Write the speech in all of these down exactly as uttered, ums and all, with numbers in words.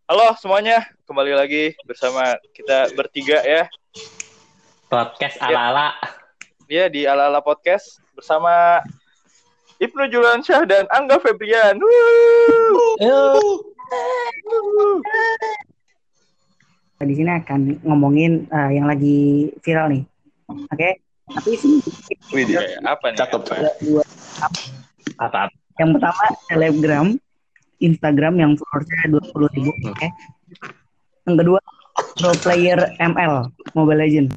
Halo semuanya, kembali lagi bersama kita bertiga ya. Podcast ala-ala. Ya, di Ala-ala Podcast bersama Ibnu Julansyah dan Angga Febrian. Di sini akan ngomongin uh, yang lagi viral nih. Oke. Okay? Tapi sini Wih, apa nih? Cakep. Apa? Dua, Apa? yang pertama Telegram, Instagram yang followersnya dua puluh ribu. Oke. Okay? Yang kedua Pro Player M L, Mobile Legends.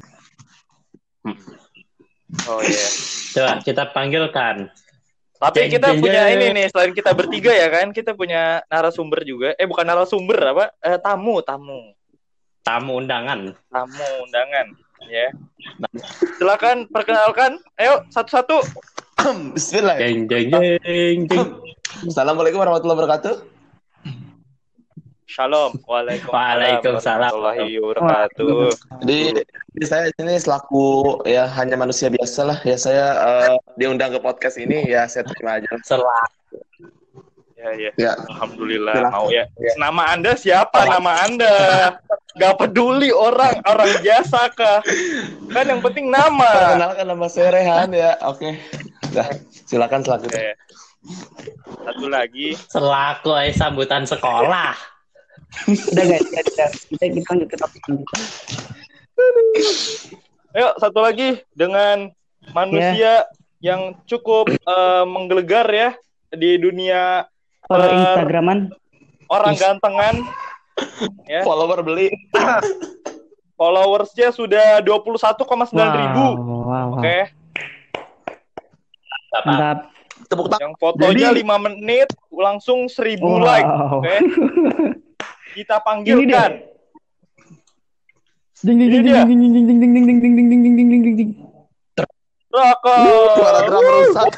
Oh iya. Yeah. Coba kita panggilkan. Tapi Jeng, kita jeng, punya jeng. ini nih, selain kita bertiga ya kan, kita punya narasumber juga. Eh bukan narasumber apa? Eh, tamu, tamu. Tamu undangan. Tamu undangan, ya. Silakan perkenalkan. Ayo satu-satu. Bismillah. Jeng jeng jeng jeng. Assalamualaikum warahmatullahi wabarakatuh. Shalom. Waalaikumsalam. Waalaikumsalam. Warahmatullahi wabarakatuh. Jadi, jadi saya di sini selaku ya hanya manusia biasa lah. Ya saya uh, diundang ke podcast ini ya saya terima aja. Selaku. Ya, ya. Ya. Alhamdulillah Silakan. mau ya. Ya. Nama Anda siapa? Nama Anda. Gak peduli orang orang biasa kah? Kan yang penting nama. Perkenalkan nama saya Rehan ya. Oke. Nah, silakan selanjutnya. Oke. Satu lagi. Selaku eh, sambutan sekolah. Udah guys, kita kita kita lanjut ke topik kita. Ayo satu lagi dengan manusia yang cukup eh, menggelegar ya di dunia Follow eh, Instagraman. orang gantengan. Ya. Follower beli. Followersnya sudah dua puluh satu koma sembilan ribu. Wow, wow, wow. Oke. Mantap. Tepuk tangan. Yang fotonya Jadi- lima menit langsung seribu Wow. like. Oke. Kita panggilkan. Ding ding Ini ding dia. ding ding ding ding ding ding ding ding ding ding ding ding ding ding ding. Rokok. Suara drum rusak.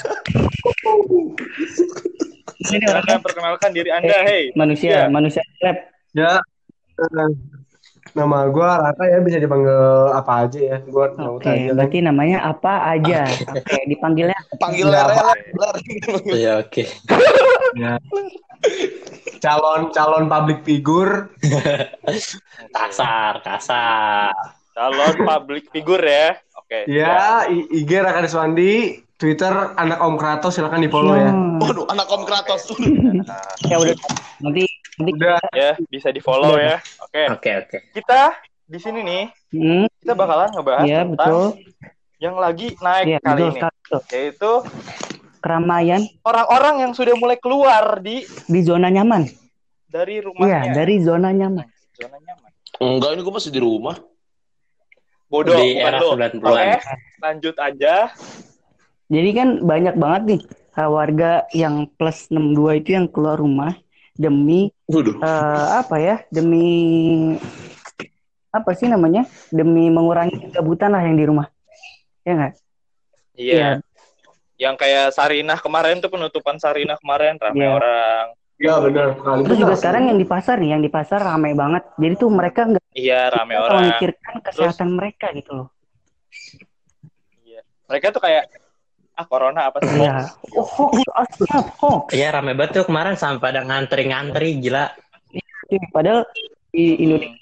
Ini Silakan orangnya perkenalkan diri Anda, hei. manusia, Iya. manusia lab. Ya, eh, nama gue Raka ya, bisa dipanggil apa aja ya. Gue Oke, berarti namanya apa aja. Oke, dipanggilnya Panggil Nggak Lere apa. Ler. Iya oke. ya. calon calon public figure. Kasar kasar. Calon public figure ya. Oke. Ya, I- I G Raka Deswandi, Twitter anak Om Kratos, silakan di follow ya. Hmm. Waduh, anak Om Kratos. Ya udah, nanti nanti Udah. Ya, bisa di-follow ya. Oke. Oke oke. Kita di sini nih, hmm, kita bakalan ngebahas ya tentang betul. yang lagi naik Ya, kali betul ini, sekali tuh. yaitu Keramaian orang-orang yang sudah mulai keluar di di zona nyaman. dari Iya, rumahnya. dari zona nyaman. Zona nyaman. Enggak, ini gue masih di rumah. Bodoh, Di bukan era lu. sembilan puluhan. Oke, lanjut aja. Jadi kan banyak banget nih uh, warga yang plus enam puluh dua itu yang keluar rumah demi Waduh. uh, apa ya? Demi apa sih namanya? Demi mengurangi kegabutan lah yang di rumah. Ya nggak? Iya. Iya. Yang kayak Sarinah kemarin tuh, penutupan Sarinah kemarin ramai Iya. orang. Ya benar. Kali Terus juga sekarang yang di pasar nih, yang di pasar ramai banget. Jadi tuh mereka nggak Iya, ramai orang. memikirkan kesehatan mereka gitu loh. Iya. Mereka tuh kayak ah corona apa sih? Iya. Oh, hoax, aslinya hoax. Iya rame banget tuh kemarin sampai pada ngantri-ngantri gila. Padahal di Indonesia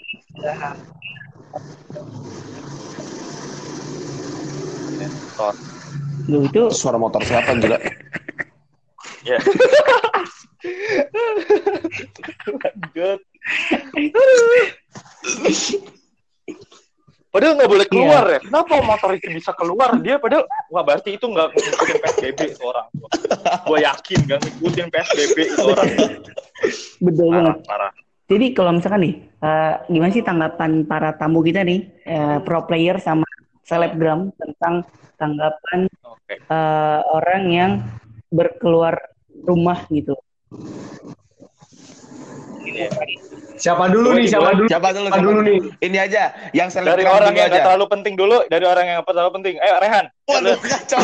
Tor. Loh, itu Suara motor siapa gila? Ya. Lanjut. Padahal nggak boleh keluar ya. Kenapa motor itu bisa keluar? Dia padahal, wah berarti itu nggak ngikutin P S B B itu orang. Gue yakin nggak ngikutin P S B B itu orang. betul Parah, banget. parah. Jadi kalau misalkan nih, eh, gimana sih tanggapan para tamu kita nih, eh, pro player sama selebgram tentang tanggapan Oke. eh, orang yang berkeluar rumah gitu. Siapa dulu nih? Siapa dulu? Siapa dulu? Siapa dulu nih? Ini aja, yang Dari selebgram orang dulu yang nggak aja. terlalu penting dulu, dari orang yang nggak terlalu penting. Ayo Rehan. Waduh, kacau.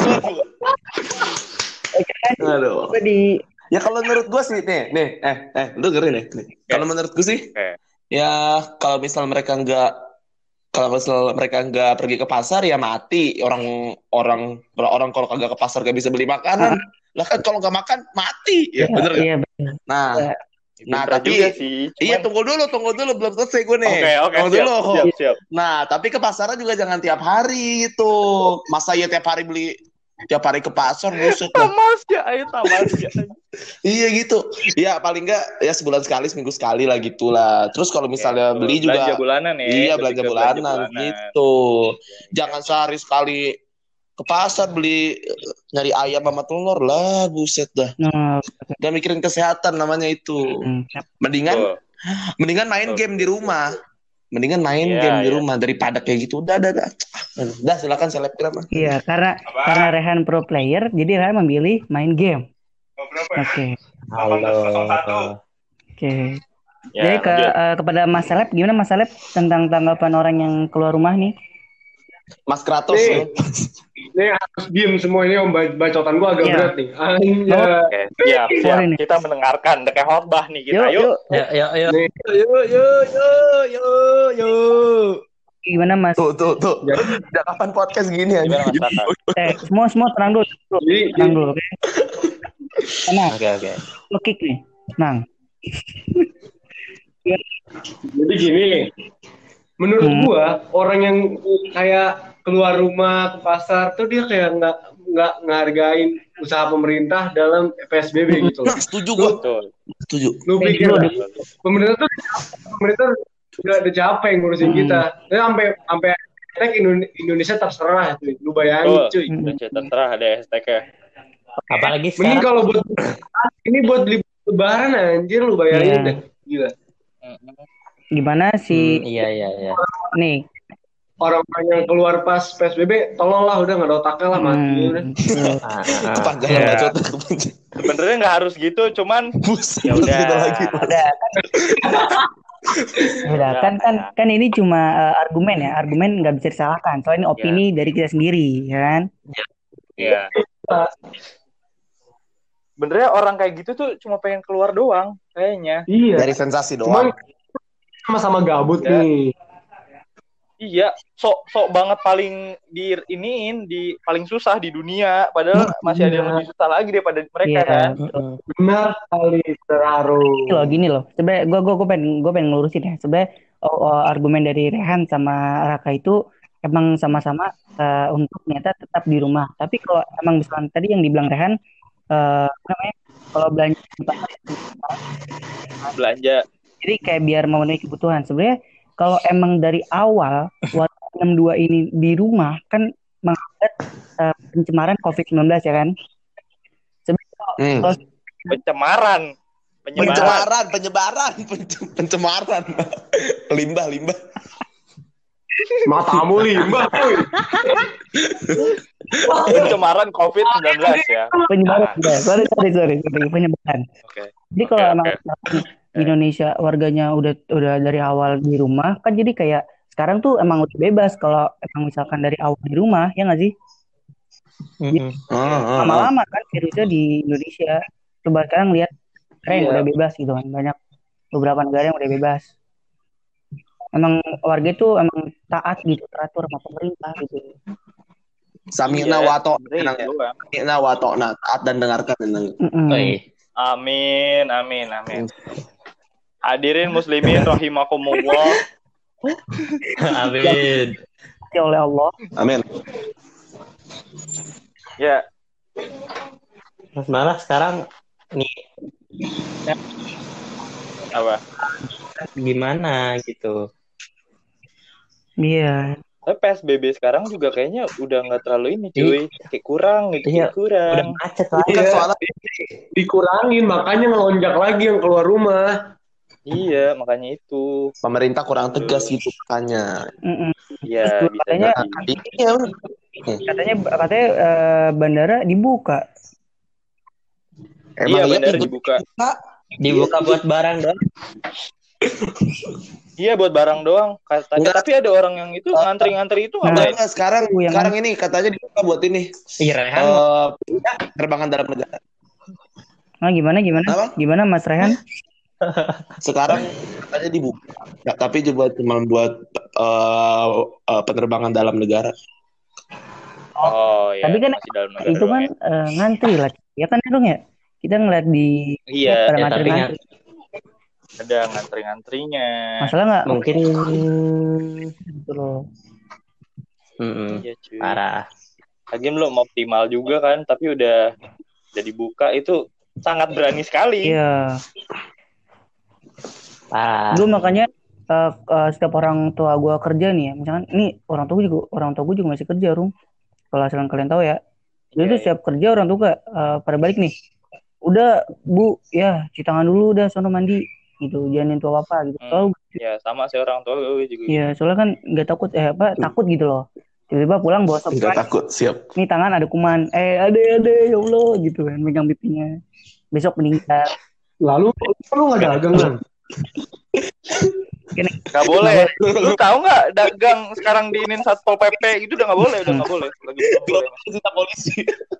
Aduh. Apa di Ya kalau menurut gue sih nih, nih, eh, eh, lu dengerin nih. nih. Kalau menurut gue sih, Oke. ya kalau misal mereka nggak, kalau misal mereka nggak pergi ke pasar ya mati. Orang orang orang kalau kagak ke pasar gak bisa beli makanan. Lah kan kalau nggak makan mati. Ya bener nggak? Iya benar. Nah, Ya. Nah, Pinter tapi juga sih. iya Cuman- tunggu dulu, tunggu dulu belum selesai gue nih. Oke, oke, Tunggu siap, dulu. siap, siap. Nah, tapi ke pasarnya juga jangan tiap hari itu. Masa ya tiap hari beli tiap hari ke pasar buset dah. Tamas ya, ayo tamas ya. Iya gitu. Ya paling enggak ya sebulan sekali, seminggu sekali lah gitulah. Terus kalau misalnya Oke, beli belanja juga bulanan ya. iya lebih belanja ke bulanan, gitu. Jangan sehari sekali ke pasar beli eh, nyari ayam sama telur lah, buset dah. Nah, Gak mikirin kesehatan namanya itu. mm, Mendingan Betul. mendingan main Betul, game di rumah. Mendingan main Iya, game di iya. rumah daripada kayak gitu. Udah, udah, udah. Udah silakan selebgram. iya, karena Apa? karena Rehan pro player, jadi Rehan memilih main game. Oke, Halo. oke. Ya, Jadi ke lanjut. eh, kepada Mas Seleb, gimana Mas Seleb tentang tanggapan orang yang keluar rumah nih? Mas Kratos. Nih. Ini harus diem semua ini om bacotan gue agak Iya. berat nih. Anja. Oke, siap, siap. Sorry nih. Kita mendengarkan. Udah kayak khotbah nih kita. Yuk, Yuk. yuk. Yuk, yuk, yuk. Nih, Yuk, yuk, yuk, yuk, yuk. Gimana Mas? Tuh, tuh, tuh. Udah kapan podcast gini aja? Gimana Mas Tata? Eh, semua semua tenang dulu, jadi tenang dulu, oke? Tenang, Oke, oke. lo kick nih, tenang. jadi gini. Menurut Hmm. gua orang yang kayak keluar rumah ke pasar tuh dia kayak nggak nggak ngehargain usaha pemerintah dalam P S B B gitu loh. Nah, setuju gua. Betul. Setuju. Lu Eh, pikir dulu, lah, dulu. pemerintah tuh pemerintah udah, udah capek ngurusin Hmm. kita. Jadi sampai sampai hashtag Indo- Indonesia terserah tuh. Lu bayangin Betul. cuy. Hmm. Udah terserah ada hashtag-nya. Apalagi Mending sekarang kalau buat ini buat beli lebaran anjir lu bayangin Iya. deh. Gila. Gimana Hmm, si iya, iya, iya. nih? Orang-orang yang keluar pas P S B B tolonglah udah nggak ada otaknya lah mati udah. Hmm, betul. Ah, ah, Kepanjangan Iya. bacot. Sebenarnya nggak harus gitu, cuman Buset, ya udah. kita lagi. Udah, udah kan kan kan ini cuma eh, argumen ya, argumen nggak bisa disalahkan. Soalnya ini opini dari kita sendiri, ya kan? Iya. Sebenarnya orang kayak gitu tuh cuma pengen keluar doang, kayaknya. Iya. Dari sensasi Cuman doang. sama-sama gabut Ya. nih. Iya, sok sok banget paling di iniin di paling susah di dunia, padahal masih ada yang lebih susah lagi daripada mereka Iya. kan. Mm-mm. Benar sekali terharu. Gini loh, gini loh. Sebenarnya gue gue gue pengen gue pengen ngelurusin ya. Sebenarnya oh, oh, argumen dari Rehan sama Raka itu emang sama-sama eh, untuk ternyata tetap di rumah. Tapi kalau emang misalkan tadi yang dibilang Rehan, eh, apa namanya? Kalau belanja di pasar, Belanja. jadi kayak biar memenuhi kebutuhan. Sebenarnya kalau emang dari awal waktu enam dua ini di rumah kan menghambat eh, pencemaran covid sembilan belas ya kan. Sebenarnya Hmm. kalau Pencemaran. Penyebaran. Pencemaran, penyebaran, Pen- pencemaran. Limbah, limbah. Matamu limbah cuy. Pencemaran covid sembilan belas ya. penyebaran, ya, sorry sorry sorry, sorry penyebaran. Oke. Jadi kalau Oke, emang oke. misalkan Indonesia warganya udah udah dari awal di rumah kan jadi kayak sekarang tuh emang udah bebas kalau emang misalkan dari awal di rumah ya nggak sih? Mm-mm. Ah, ah, ah. Lama-lama kan virusnya di Indonesia. Coba sekarang lihat negara yang Iya. udah bebas gitu kan, banyak beberapa negara yang udah bebas. Emang warga itu emang taat gitu teratur sama pemerintah gitu. Samina Iya, wato, sebenarnya itu doang. samina wato, nah taat dan dengarkan. Mm-mm. Oi. Amin, amin, amin. Hadirin muslimin rahimakumullah. Amin. Diberkati oleh Allah. Amin. Ya, Mas malah sekarang nih apa? gimana gitu. Iya. Tapi P S B B sekarang juga kayaknya udah nggak terlalu ini cuy. Kayak kurang gitu, Iya. kayak kurang. Udah macet lah. Bukan Iya. soalnya Dikurangin makanya ngelonjak lagi yang keluar rumah. Iya, makanya itu. pemerintah kurang tegas gitu makanya. Mm-mm. Iya, bisa Katanya jadi. Iya. katanya katanya eh, bandara dibuka. Iya, Emang bandara pintu dibuka. Dibuka buat barang dong. Iya, buat barang doang katanya. Enggak. Tapi ada orang yang itu ngantri-ngantri itu Nah. ngapain? Enggak, sekarang Itu yang sekarang ini katanya dibuka buat ini Ih, Rehan. eh penerbangan dalam negara. Nah, gimana gimana? Apa? Gimana Mas Rehan? Sekarang katanya dibuka. Ya, tapi cuma cuma buat eh, eh, penerbangan dalam negara. Oh, iya. Tapi kan masih dalam negara itu doang kan ya. eh, ngantri lah. Ya kan dong ya? Kita ngeliat di Iya, pada ya, ngantri tapi ngantri. ada ngantri-ngantrinya. Masalah nggak? Mungkin Gitu loh. mm-mm, Iya cuy. parah. Lagi belum optimal juga kan, tapi udah udah dibuka itu sangat berani sekali. Iya. Parah. Dulu makanya uh, uh, setiap orang tua gue kerja nih ya, misalkan ini orang tua gue juga orang tua gue juga masih kerja, Rum. Kalau asalkan kalian tahu ya, dia Iya, tuh iya. setiap kerja orang tua gak uh, pada balik nih. Udah Bu, ya cuci tangan dulu, udah sono mandi gitu, jangan nyentuh apa gitu. Hmm. Soalnya Ya sama sih orang tua gue juga. Iya, soalnya kan nggak takut eh apa takut gitu loh. Tiba-tiba pulang bawa Enggak surprise. takut, siap. Nih tangan ada kuman. Eh, ade ade ya Allah gitu kan megang pipinya. Besok meninggal. Lalu lu nggak dagang kan? Gini, Gak boleh. Lu tahu nggak dagang sekarang diinin Satpol P P itu udah nggak boleh, udah nggak boleh. Lagi nggak boleh. Kita polisi.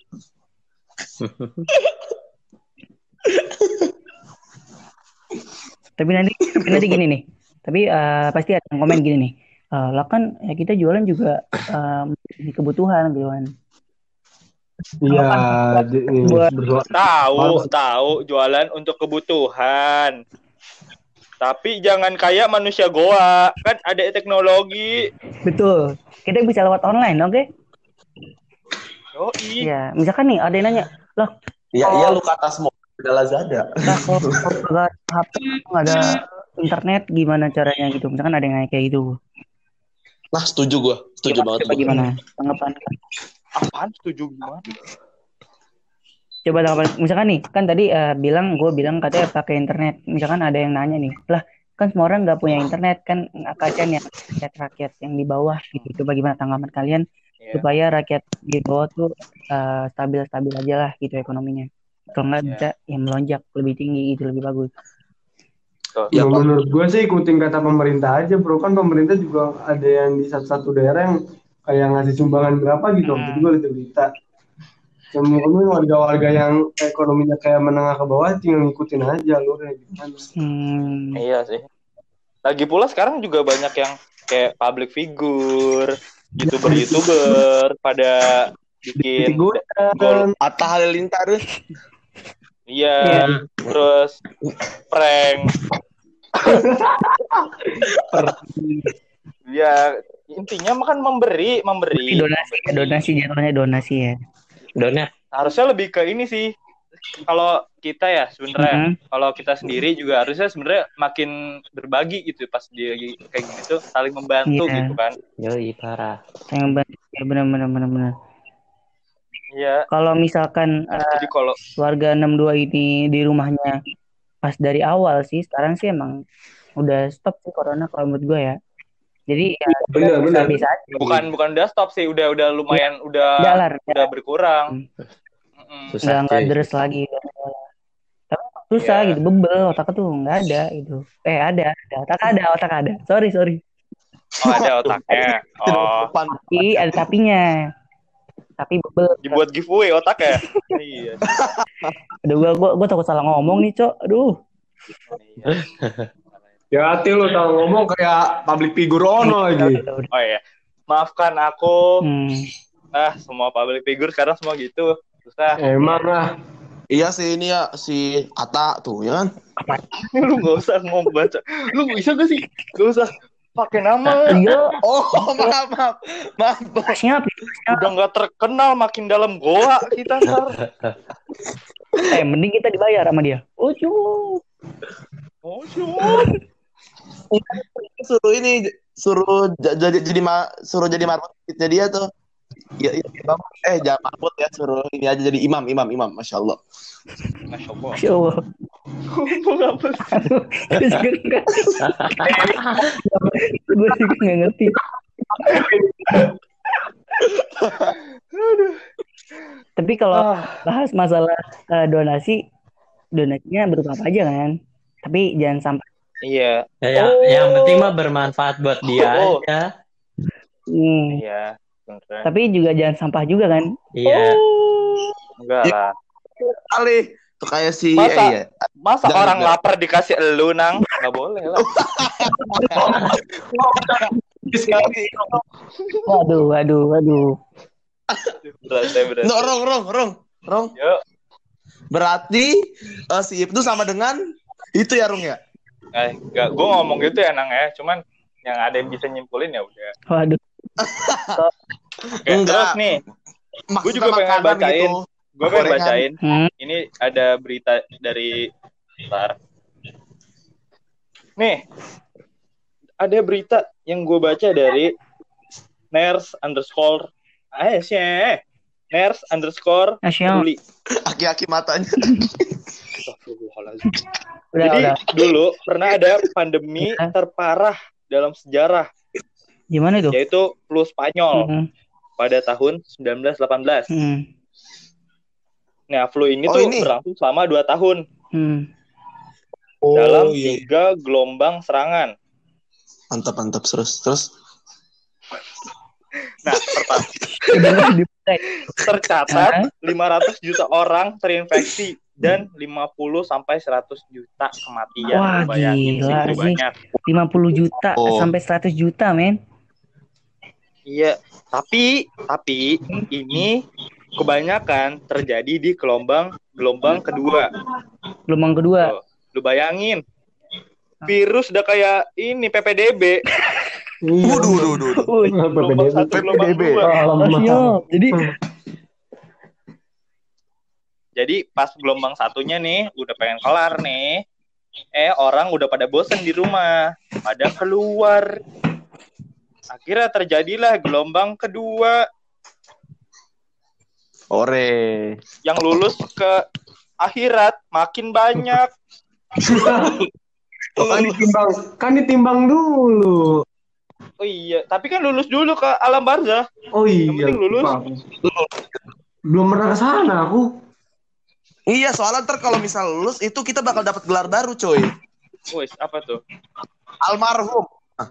tapi nanti tapi nanti gini nih. Tapi uh, pasti ada yang komen gini nih. Uh, lah kan ya kita jualan juga um, di kebutuhan gitu kan. Iya, di- Buat- berdua. Tahu, tahu jualan untuk kebutuhan. Tapi jangan kayak manusia goa, kan ada teknologi. Betul. Kita bisa lewat online, oke? Yoi. Iya, misalkan nih ada yang nanya, "Lah, Iya, iya lu ke atas mau ada Lazada. lah kalau kalau nggak ada H P, nggak ada internet gimana caranya gitu?" Misalkan ada yang nanya kayak gitu. Nah, setuju gua. Setuju Coba, banget coba gua. gimana tanggapan? Apaan setuju gimana? Coba tanggapan. Misalkan nih, kan tadi eh, bilang gue bilang katanya pakai internet. Misalkan ada yang nanya nih, lah kan semua orang nggak punya internet kan, kasihan ya rakyat-rakyat yang di bawah gitu. Coba gimana tanggapan kalian Iya. supaya rakyat di bawah tuh eh, stabil-stabil aja lah gitu ekonominya. Kalau nggak Iya. bisa yang melonjak lebih tinggi gitu lebih bagus. Tuh. Ya, menurut gue sih ikutin kata pemerintah aja bro, kan pemerintah juga ada yang di satu-satu daerah yang kayak ngasih sumbangan berapa gitu, waktu itu gue lihat berita. Semuanya warga-warga yang ekonominya kayak menengah ke bawah tinggal ngikutin aja lu kayak gimana. Hmm. Iya sih. Lagi pula sekarang juga banyak yang kayak public figure, youtuber-youtuber pada bikin Gue gol. Atta Halilintar. Iya, Iya. terus prank. Ya intinya makan memberi, memberi. Donasi, donasi jatuhnya donasi ya. Donat. Harusnya lebih ke ini sih. Kalau kita ya sebenarnya, Mhm. kalau kita sendiri juga harusnya sebenarnya makin berbagi gitu pas dia lagi kayak gini tuh saling membantu Iya. gitu kan. Yoi, parah. Yang bantu ya benar-benar benar-benar. Iya. Kalau misalkan eh, Jadi kalau warga enam puluh dua ini di rumahnya pas dari awal sih, sekarang sih emang udah stop sih corona kalau menurut gue ya. Jadi ya benar benar. bisa aja. bukan bukan udah stop sih, udah udah lumayan udah Jalan, udah berkurang. Mm-mm. Susah nggak nggak cuy. deres lagi. Tapi susah Iya. gitu, bebel otaknya tuh nggak ada gitu. Eh ada, ada otak ada, otak ada. Sorry sorry. Oh ada otaknya. Oh Depan. Tapi ada tapinya. Tapi bebel. dibuat giveaway otaknya. Iya. Aduh gua gua, gua takut salah ngomong nih cok. Aduh. Iya. Ya hati lu tahu ngomong kayak public figure ono lagi. Udah, udah. Oh iya. Maafkan aku. Hmm. Ah, semua public figure sekarang semua gitu. Susah. Emang lah. Iya sih ini ya si Atta tuh ya kan. Lu gak usah ngomong baca. Lu bisa gak sih? Gak usah pakai nama. Iya. Oh maaf maaf maaf. Pasnya apa? Udah gak terkenal makin dalam goa kita ntar. Eh mending kita dibayar sama dia. Oh cuy. Oh syukur. Suruh ini suruh j- jadi jadi ma, suruh jadi marketnya dia tuh. Ya, ya, Bang. Eh jangan marbot ya, suruh ini aja jadi imam imam imam, masya Allah. Masya Allah. Masya Allah. Ngomong apa sih? Gue juga nggak Gue juga nggak ngerti. Tapi kalau bahas masalah eh, donasi, donasinya berupa apa aja kan? Tapi jangan sampai. Iya. Ya, yang, Oh. yang penting mah bermanfaat buat dia Oh. aja. Hmm. Iya. Bener. Tapi juga jangan sampah juga kan? Iya. Enggak lah. Kali tuh kayak si Masa? eh, iya. Masa Jangan, orang jangan. lapar dikasih elu nang? Gak boleh lah. Sekali. Waduh, waduh, waduh. Berat, saya berat. No, rong rong rong rong. Yuk. Berarti eh, si Ibnu sama dengan itu ya Rung ya? Eh, gak, gue ngomong gitu ya Nang ya, cuman yang ada yang bisa nyimpulin ya udah. Waduh. Oke, terus nih, gue juga pengen bacain, gitu. gue pengen bacain. Hmm. Ini ada berita dari, bentar. Nih, ada berita yang gue baca dari nurse underscore, eh sih, nurse underscore peduli. Aki-aki matanya. Udah, Jadi udah. dulu pernah ada pandemi terparah dalam sejarah, Gimana itu? yaitu flu Spanyol Hmm. pada tahun sembilan belas delapan belas. Hmm. Nah, flu ini Oh, tuh ini? berlangsung selama dua tahun Hmm. dalam iya. tiga gelombang serangan. Mantap, mantap. Terus, terus. Nah, pertama Udah dimulai. tercatat lima ratus juta orang terinfeksi dan lima puluh sampai seratus juta kematian. Wah, Lu bayangin gila segitu sih. banyak. lima puluh juta Oh. sampai seratus juta, men. Iya, tapi tapi ini kebanyakan terjadi di gelombang gelombang kedua. Gelombang kedua. Tuh, lu bayangin. Virus udah kayak ini P P D B. Iya. Waduh, waduh, waduh. Wih, Gelombang satu, gelombang P P D B. dua. Alamak. siap. Jadi Jadi pas gelombang satunya nih udah pengen kelar nih. Eh orang udah pada bosen di rumah, pada keluar. Akhirnya terjadilah gelombang kedua Ore. yang lulus ke akhirat makin banyak. Kan ditimbang, kan ditimbang dulu. Oh iya, tapi kan lulus dulu ke alam barzah. Oh iya. Yang penting lulus. Pak. Belum pernah ke sana aku. Iya, soalnya ntar kalau misal lulus itu kita bakal dapat gelar baru, coy. Wes, apa tuh? Almarhum.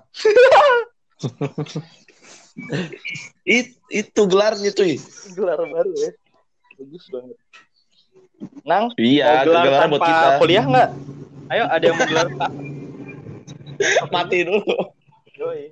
It, itu gelarnya, cuy. Gelar baru ya. Bagus banget. Nang, Iya, mau gelar gelar buat tanpa kita. kuliah nggak? Ayo, ada yang mau gelar? Mati dulu. Yoi.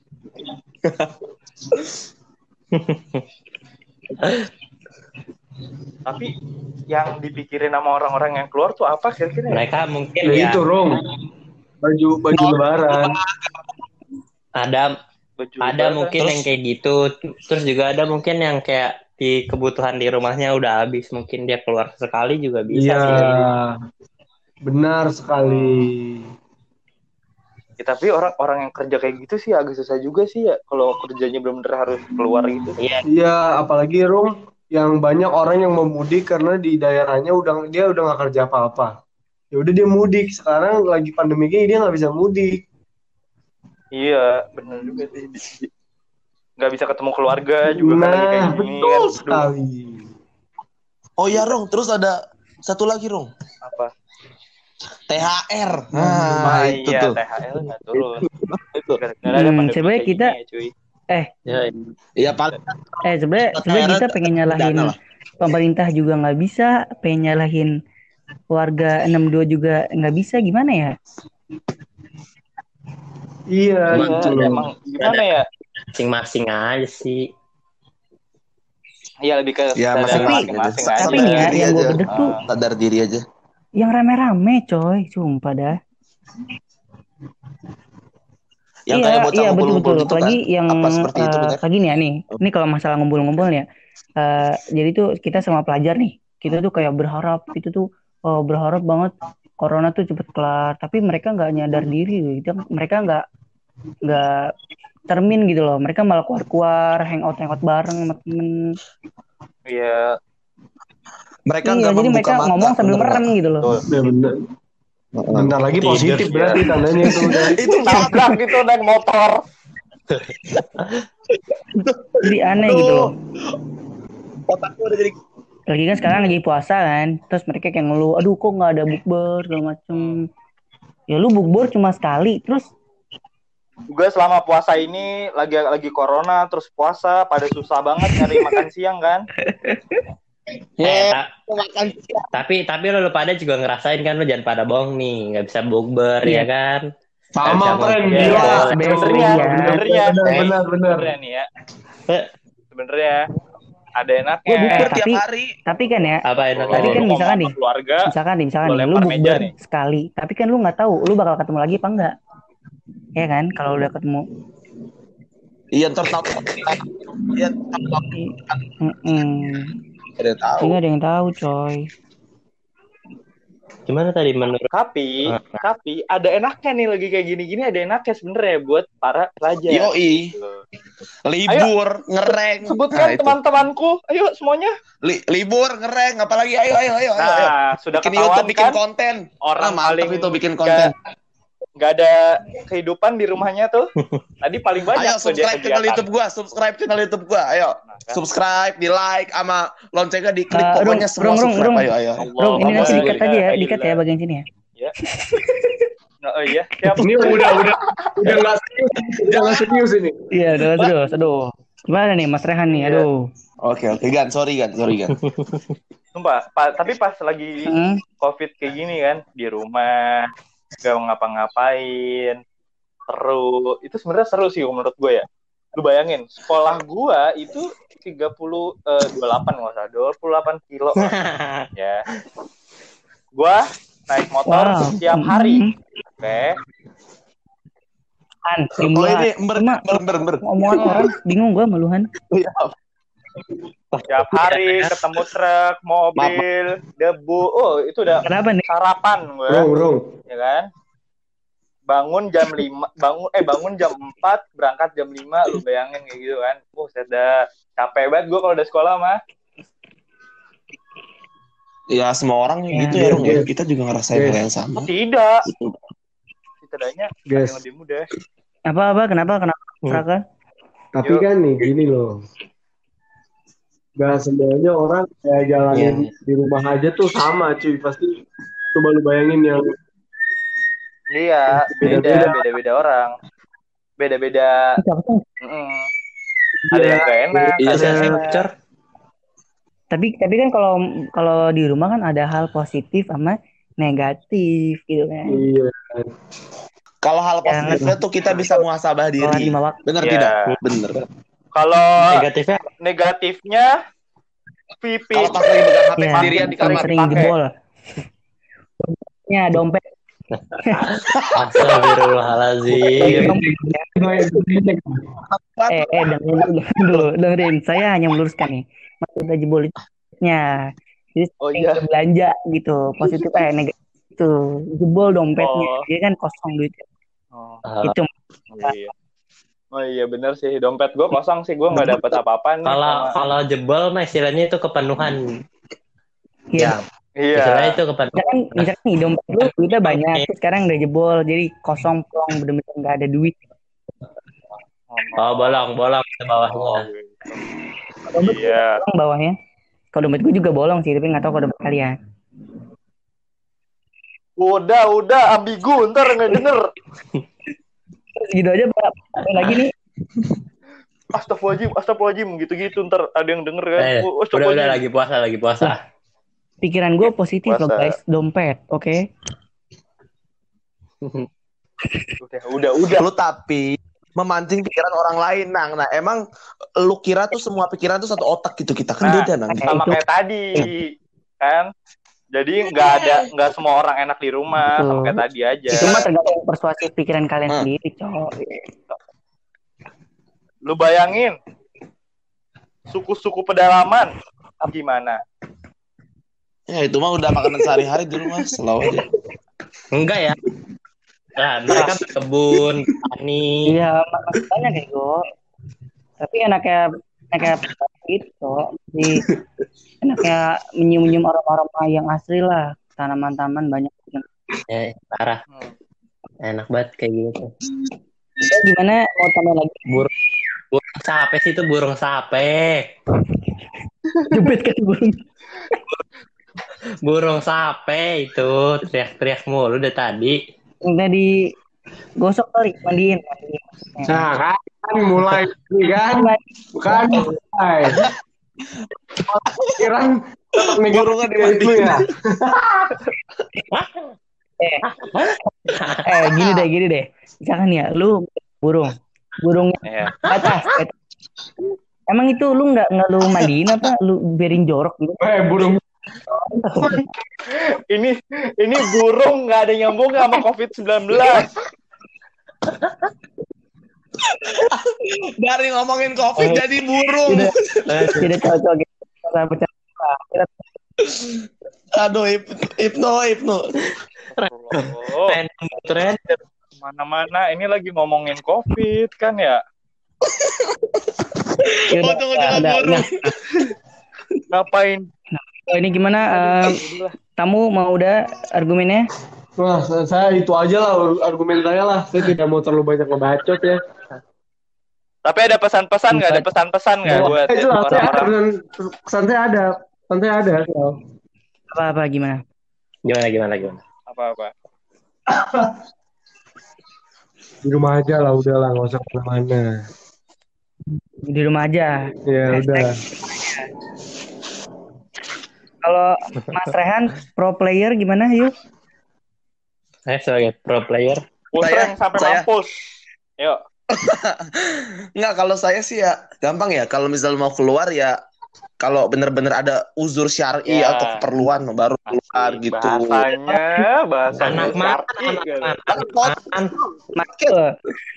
Tapi yang dipikirin sama orang-orang yang keluar tuh apa kira-kira? ya? Mereka mungkin Ya ya itu, Rom. Baju baju lebaran. ada Baju ada lebaran. mungkin Terus- yang kayak gitu. Terus juga ada mungkin yang kayak di kebutuhan di rumahnya udah habis, mungkin dia keluar sekali juga bisa Iya. sih. Benar sekali. Ya, tapi orang-orang yang kerja kayak gitu sih agak susah juga sih ya. Kalau kerjanya benar-benar harus keluar gitu. Iya, Iya, apalagi Rom yang banyak orang yang mau mudik karena di daerahnya udah dia udah nggak kerja apa-apa. Ya udah dia mudik. Sekarang lagi pandemi gini dia nggak bisa mudik. Iya, benar juga sih. Nggak bisa ketemu keluarga juga kan lagi kayak Nah, gini betul kan. Aduh, sekali. Oh ya, Rong. Terus ada satu lagi, Rong. apa? T H R. Nah, Ah, itu iya, tuh. T H L nggak turun. Itu. Gara-gara ada Hmm, pandemi sebenarnya kayak kita- gini ya, cuy. eh ya, Iya, paling eh sebenarnya sebenarnya kita pengen nyalahin dana lah. pemerintah juga nggak bisa, pengen nyalahin warga enam dua juga nggak bisa, gimana ya? Iya, Emang gitu Iya, loh. emang gimana ya? masing-masing aja sih. Iya, lebih ke Ya, sadar masing-masing masing-masing aja. aja. Tapi nih ya, Diri yang gue aja. bedek tuh Ah. Sadar diri aja. yang rame-rame, coy, sumpah dah. Yang iya, kayak bocah iya ngumpul-ngumpul betul-betul. gitu Apalagi kan. yang Apa seperti itu, eh, benar? kayak gini ya nih. Ini kalau masalah ngumpul-ngumpul ya. eh, jadi tuh kita sama pelajar nih, kita tuh kayak berharap itu tuh oh, berharap banget corona tuh cepet kelar. Tapi mereka nggak nyadar diri, gitu. Mereka nggak nggak termin gitu loh. Mereka malah keluar-keluar, hangout-hangout bareng sama temen. Iya, Mereka Iya, nggak jadi membuka mereka mata. ngomong sambil bener merem nggak? gitu loh. betul. Ya benar. Bentar lagi Tidur, positif ya. berarti tandanya itu udah. Itu Nabrak gitu naik motor. Jadi aneh gitu loh. otakku udah jadi Lagi kan sekarang lagi puasa kan, terus mereka kayak ngeluh, aduh kok nggak ada bukber segala macem. Ya lu bukber cuma sekali, terus Juga selama puasa ini lagi lagi corona terus puasa pada susah banget nyari makan siang kan. Eh, ta- makan siang. tapi tapi lo, lo pada juga ngerasain kan, lo jangan pada bohong nih, nggak bisa bukber Iya. ya kan. Sama Nggak friend bisa Iya, gila. ngomong. sebenarnya Iya. sebenarnya Benar benar benar. sebenarnya nih ya. Sebenarnya ada enaknya. Gue bukber Eh, tiap tapi- hari. Tapi kan ya, Apa enaknya? Tadi kan Lu ngomong misalkan sama nih, keluarga, misalkan nih, misalkan Lu nih, lu lempar meja bukber nih. sekali, tapi kan lu nggak tahu lu bakal ketemu lagi apa enggak, ya kan? Kalau udah ketemu, Iya ntar tahu. Iya tahu. Mm-mm. Ada yang tahu. Nggak ada yang tahu, coy. Gimana tadi menurut? tapi Ah. tapi ada enaknya nih lagi kayak gini-gini, ada enaknya sebenarnya buat para pelajar. Yoi. Libur, ngereng. Sebutkan Nah, itu. teman-temanku, ayo semuanya. Li- libur, ngereng, apalagi ayo ayo ayo ayo. ayo. Nah, sudah Bikin ketahuan YouTube, bikin kan konten. orang Nah, mantap paling itu bikin konten. nggak ada kehidupan di rumahnya tuh. Tadi paling banyak Ayo tuh dia subscribe channel kegiatan. YouTube gua, subscribe channel YouTube gua. Ayo. Nah, kan? Subscribe, di like sama loncengnya diklik, Eh, pokoknya Rung, semua Rung, Rung, subscribe. Rung. Ayo ayo. Allah, Bro, ini nanti Allah, dikat la aja ya, ilaha dikat ya illallah. bagian sini ya. Ya. Nah, oh iya, siap. Ini udah udah udah nggak serius, udah nggak serius ini. Iya, udah terus, aduh. Gimana nih Mas Rehan nih, Iya. aduh. Oke oke Gan, sorry Gan, sorry Gan. Sumpah, pa- tapi pas lagi Hmm. COVID kayak gini kan, di rumah, gak ngapa-ngapain, seru. Itu sebenarnya seru sih menurut gue ya. Lu bayangin, sekolah gue itu tiga puluh, eh, dua puluh delapan nggak usah, dua puluh delapan kilo. Ya. Gue naik motor Wow. setiap hari. Mm. Oke. Han, Oh jumlah. ini ember Cuma ember ember ember. omongan orang bingung gua maluhan. Iya. Setiap hari ketemu truk, mobil, debu. Oh, itu udah Kenapa nih? sarapan gue. Rung, Rung. Ya kan? Bangun jam lima, bangun eh bangun jam empat, berangkat jam lima, lu bayangin kayak gitu kan. Oh, saya udah capek banget gue kalau udah sekolah mah. Ya semua orang Ya. gitu ya, Rung ya. Yes. Kita juga ngerasain Yes. hal yang sama. Tidak. Setidaknya ada Guys. yang lebih mudah. Apa apa kenapa kenapa Hmm. Raka? Tapi Yuk. kan nih gini loh. Gak semuanya orang kayak jalanin di rumah aja tuh sama cuy. Pasti coba lu bayangin yang Iya, beda, Beda-beda. beda-beda orang. Beda-beda. Siapa sih? Mm-mm. Ada yang gak enak, Iya, ada yang saya- enak. Cor. Tapi tapi kan kalau kalau di rumah kan ada hal positif sama negatif gitu kan. iya. Kalau hal Yang- positifnya tuh kita bisa muhasabah Kalau diri. lima waktu. Bener Iya. tidak? Bener. Kalau Negatifnya negatifnya pipi. Kalau pas lagi pegang H P Ya, sendirian di paling kamar sering pakai. jebol. Ya dompet. Astagfirullahaladzim. Eh, eh dengerin dulu, dengerin dulu, dengerin. Saya hanya meluruskan nih. Maksudnya jebol itu-nya. Jadi Oh sering iya. belanja gitu. Positif eh negatif itu. Jebol dompetnya. Oh. Jadi kan kosong duitnya. Oh, Itu oh iya. Oh iya bener sih, dompet gue kosong sih, gue nggak dapet apa-apa nih. Kalau sama- kalau jebol mah istilahnya itu kepenuhan. ya. Iya. Istilahnya itu kepenuhan. Misalkan, misalkan nih dompet lu duitnya banyak, terus sekarang udah jebol, jadi kosong plong, bener-bener nggak ada duit. Oh, bolong, bolong ke Oh, bawahnya. Dompet iya. bolong bawahnya. Kalau dompet gue juga bolong sih, tapi nggak tahu kalau dompet kalian. Udah, udah, ambigu, ntar nggak denger. Terus gitu aja, Pak. Ada lagi nih. Astagfirullahaladzim, astagfirullahaladzim, gitu-gitu, ntar ada yang denger kan. Eh, Oh, udah udah astagfirullahaladzim. lagi puasa, lagi puasa. Pikiran gue positif loh Puasa. guys, dompet, oke? Udah, udah, udah. Lu tapi memancing pikiran orang lain, Nang. Nah, emang lu kira tuh semua pikiran tuh satu otak gitu kita kan Nah, beda, Nang. kayak Sama itu. kayak tadi, kan. Jadi nggak ada, nggak semua orang enak di rumah, Betul. sama kayak tadi aja. Itu mah tergantung persuasif pikiran kalian Hmm. sendiri, cowok. Lu bayangin, suku-suku pedalaman, gimana? Ya itu mah udah makanan sehari-hari di rumah, selalu aja. Enggak ya. Nah, mereka berkebun, tani. Iya, makanya kayak gue. Tapi enaknya enaknya gitu, jadi enaknya menyium-nyium aroma-aroma yang asli lah, tanaman-tanaman banyak. Ya, parah. Hmm. Enak banget kayak gitu. Terus gimana mau tambah lagi? Burung sape sih itu burung sape. Jepit kan burung. Burung sape itu teriak-teriak mulu udah tadi. Udah di gosok kali, mandiin, mandiin. Nah kan mulai nih kan, bukan mulai. Pikiran Burungnya negatif lu ya. Eh, eh gini deh, gini deh. Misalkan ya, lu burung, burungnya Iya. ke atas, ke atas. Emang itu lu nggak nggak lu mandiin apa? Lu biarin jorok gitu? Eh burung. Ini ini burung nggak ada nyambung sama covid sembilan belas. Dari ngomongin covid Eh, jadi burung. Tidak cocok gitu. Cara bercanda. Aduh, hip- hipno, hipno. Oh, Random trend. mana-mana ini lagi ngomongin covid kan ya. Ya Oh, udah, tunggu udah, tunggu udah, burung. udah. Ngapain? Oh, ini gimana? eh, tamu mau udah argumennya? Wah, saya, saya itu aja lah argumen saya lah. Saya tidak mau terlalu banyak ngebacot ya. Tapi ada pesan-pesan nggak? Ada pesan-pesan nggak Ya. buat Eh, itu lah, saya ada, orang-orang? pesan, pesan saya ada. Pesan saya ada. Apa-apa gimana? Gimana gimana gimana? Apa-apa? Di rumah aja lah, udah lah, nggak usah kemana-mana. Di rumah aja. Ya Hashtag. udah. Kalau Mas Rehan pro player gimana yuk? Saya sebagai pro player. Pusreng Saya- sampai saya- mampus. Yuk. Nggak, kalau saya sih ya gampang ya. Kalau misal mau keluar ya, kalau bener-bener ada uzur syar'i Ya. atau keperluan baru keluar Asik. gitu. Bahasanya, bahasanya Anak mana? syar'i, Anak gitu. mana? Apaan? Betul.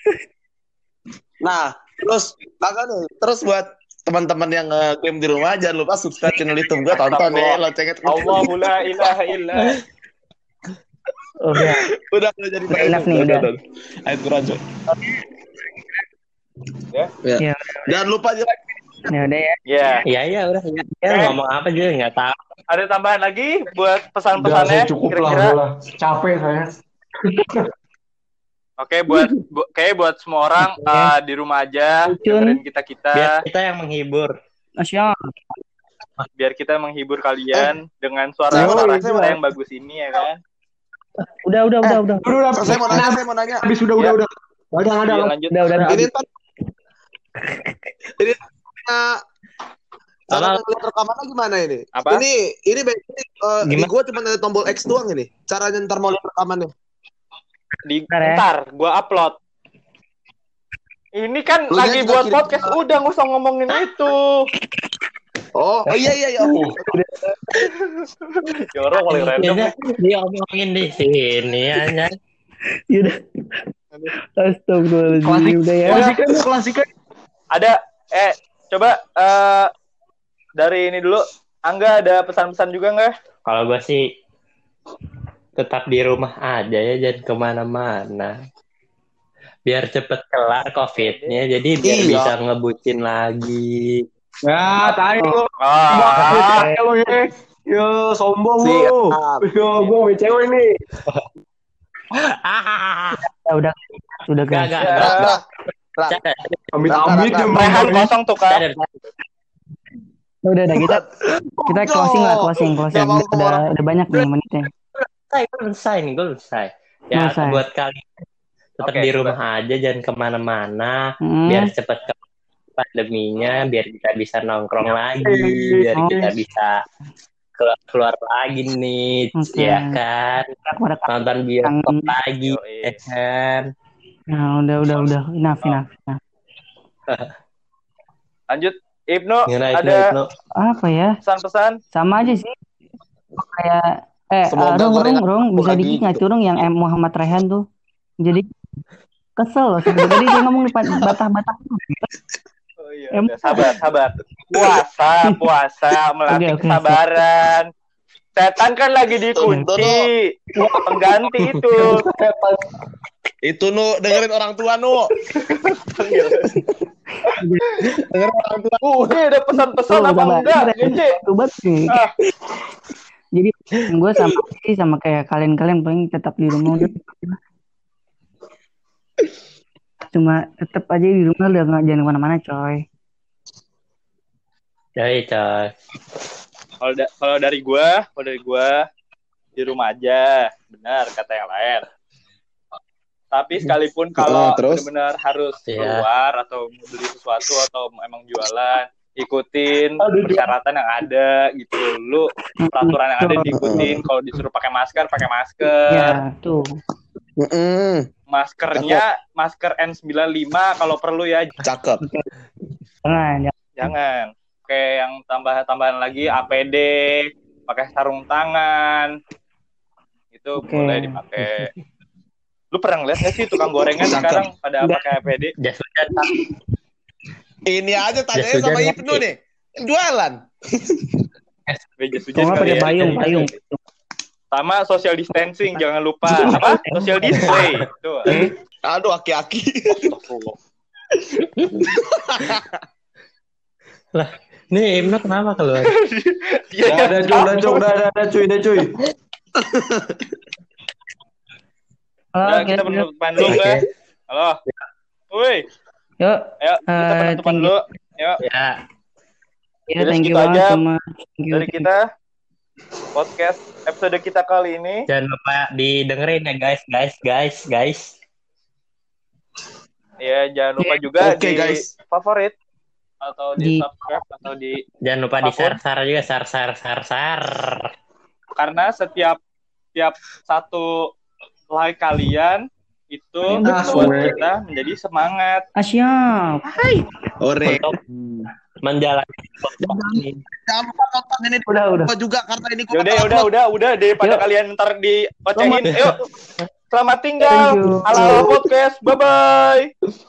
Nah, terus makanya terus buat teman-teman yang nge-game di rumah jangan lupa subscribe channel YouTube gue, tonton deh loncengnya. Allahu la ilaha illa. Oh, ya. Udah udah jadi Udah enough nih, udah. Ayo kurang coy. Ya. Ya. Ya. Jangan lupa juga. Ya udah ya. Ya. Iya iya udah. Ya, ya, Eh. ngomong apa juga nggak tahu. Ada tambahan lagi buat Udah, pesan-pesannya? saya cukup lah, Kira-kira. udah lah. Capek saya. Oke, buat bu, kayak buat semua orang Oke. uh, di rumah aja Cun. dengerin kita kita Biar kita yang menghibur. Masya biar kita menghibur kalian dengan suara saya mau suara nanya, saya kita mau yang bagus ini ya kan. Udah, udah, udah, udah. Udah, udah. Saya mau nanya, saya mau nanya. Habis, udah, udah, Ya. udah. Udah, ada. Iya, lanjut. Udah, udah. Ini kan ini uh, cara Apa? ngeliat rekamannya gimana ini? Apa? Ini ini basically uh, di Gimana? gua cuma ada tombol X doang ini. Caranya ntar mau lihat rekamannya. Di Bentar ya. ntar gua upload. Ini kan Lu lagi juga buat kirim- podcast, udah nggak usah ngomongin itu. Oh, oh iya iya iya. Oh. Ya orang paling random. Biasa diomongin di sini aja. Ya udah. Astagfirullahaladzim. Klasik, Udah ya. klasik, klasik. Ada eh coba eh dari ini dulu. Angga ada pesan-pesan juga nggak? Kalau gue sih tetap di rumah aja ya, jangan kemana-mana. Biar cepet kelar COVID-nya, jadi biar Iya. bisa ngebucin lagi. Ya, tai lu. Ah, Tai lu ya. Yo, sombong lu. Siap. Yo, gua mau cewek nih. Ya udah. Sudah Gak, guys. gak, ya. gak. Bercanda, Amit-amit ya, Rehan Bang. kosong tuh kan. bercanda. Udah, udah kita kita closing lah, closing, closing. Nggak mau Udah, orang. udah banyak nih menitnya. Selesai, gue selesai nih, gue selesai. Ya, Selesai. buat kalian tetap Oke, di rumah aja, jangan kemana-mana. Hmm. Biar cepet ke pandeminya, biar kita bisa nongkrong lagi, biar Oh. kita bisa keluar, keluar lagi nih, Oke. ya kan? Kepada Nonton bioskop Kangen. lagi, Yoi. ya kan? Nah, udah, udah, udah. Enough, enough. enough. Lanjut, Ibnu Gimana, Ibnu, ada Ibnu? Apa ya? pesan-pesan? Sama aja sih. Kayak eh Semoga uh, Rung, gorengan Rung, Rung, bisa lagi dikit nggak gitu. curung yang M Muhammad Rehan tuh. Jadi kesel loh sebenarnya. Tadi dia ngomong di pat- batah-batah. Oh iya, Em- udah, sabar, sabar. Puasa, puasa, melatih Oke, oke, kesabaran. Setan kan lagi dikunci. Pengganti itu. Itu Nu, dengerin orang tua Nu. Dengerin orang tua. Uh, ini ada pesan-pesan apa enggak? Ngece. Tubat sih. Ah. Jadi gue sama sih sama kayak kalian-kalian paling tetap di rumah udah. Cuma tetap aja di rumah udah nggak jangan kemana-mana coy. Jadi, coy. Kalau da- kalau dari gua, kalau dari gua di rumah aja, benar kata yang lain. Tapi sekalipun kalau Oh, terus? benar-benar harus Iya. keluar atau mau beli sesuatu atau emang jualan, ikutin persyaratan yang ada gitu. Lu peraturan yang ada diikutin. Kalau disuruh pakai masker, pakai masker. Ya tuh. Mm-mm. Maskernya masker N sembilan puluh lima kalau perlu ya. Cakep. Jangan, jangan. Jangan. Kayak yang tambah-tambahan lagi A P D, pakai sarung tangan. Itu Oke. boleh dipakai. Lu pernah ngeliat gak sih tukang gorengan sekarang pada Enggak. pakai A P D? Jas hujan, Pak. Ini aja tanya Jas sama hujan Ibnu nggak? nih. Jualan. Bejas Kalau hujan nggak kali pakai ya. payung, payung. Sama social distancing, jangan lupa. Apa? Social display. Tuh. Aduh, aki-aki. Lah, nih Ibnu kenapa keluar? Iya, Udah ada cuy, udah cuy, udah ada, ada cuy, udah cuy. Halo, Udah, oke, kita yuk. penutupan dulu Oke. ya. Halo. Woi, Yuk, ayo kita Eh, penutupan thank you. dulu. Yuk, Ya, ya Jadi thank you segitu banget aja sama thank you. dari kita podcast episode kita kali ini. jangan lupa didengerin ya guys, guys, guys, guys. Ya, jangan lupa Iya. juga Oke, di guys. favorit atau di, Di- subscribe atau di Jangan lupa di Apapun. share-share juga, share-share, share-share. karena setiap setiap satu like kalian itu Nah, membuat suwe. kita menjadi semangat. Ah, siap. Ore. Untuk menjalani podcast ini. Jangan lupa nonton ini Udah, udah. gua juga karena ini gua Yaudah, bakal udah, upload. udah, udah daripada Yuk. kalian ntar diocehin. Selamat. Yuk, selamat tinggal. Thank you. Halo podcast, bye bye.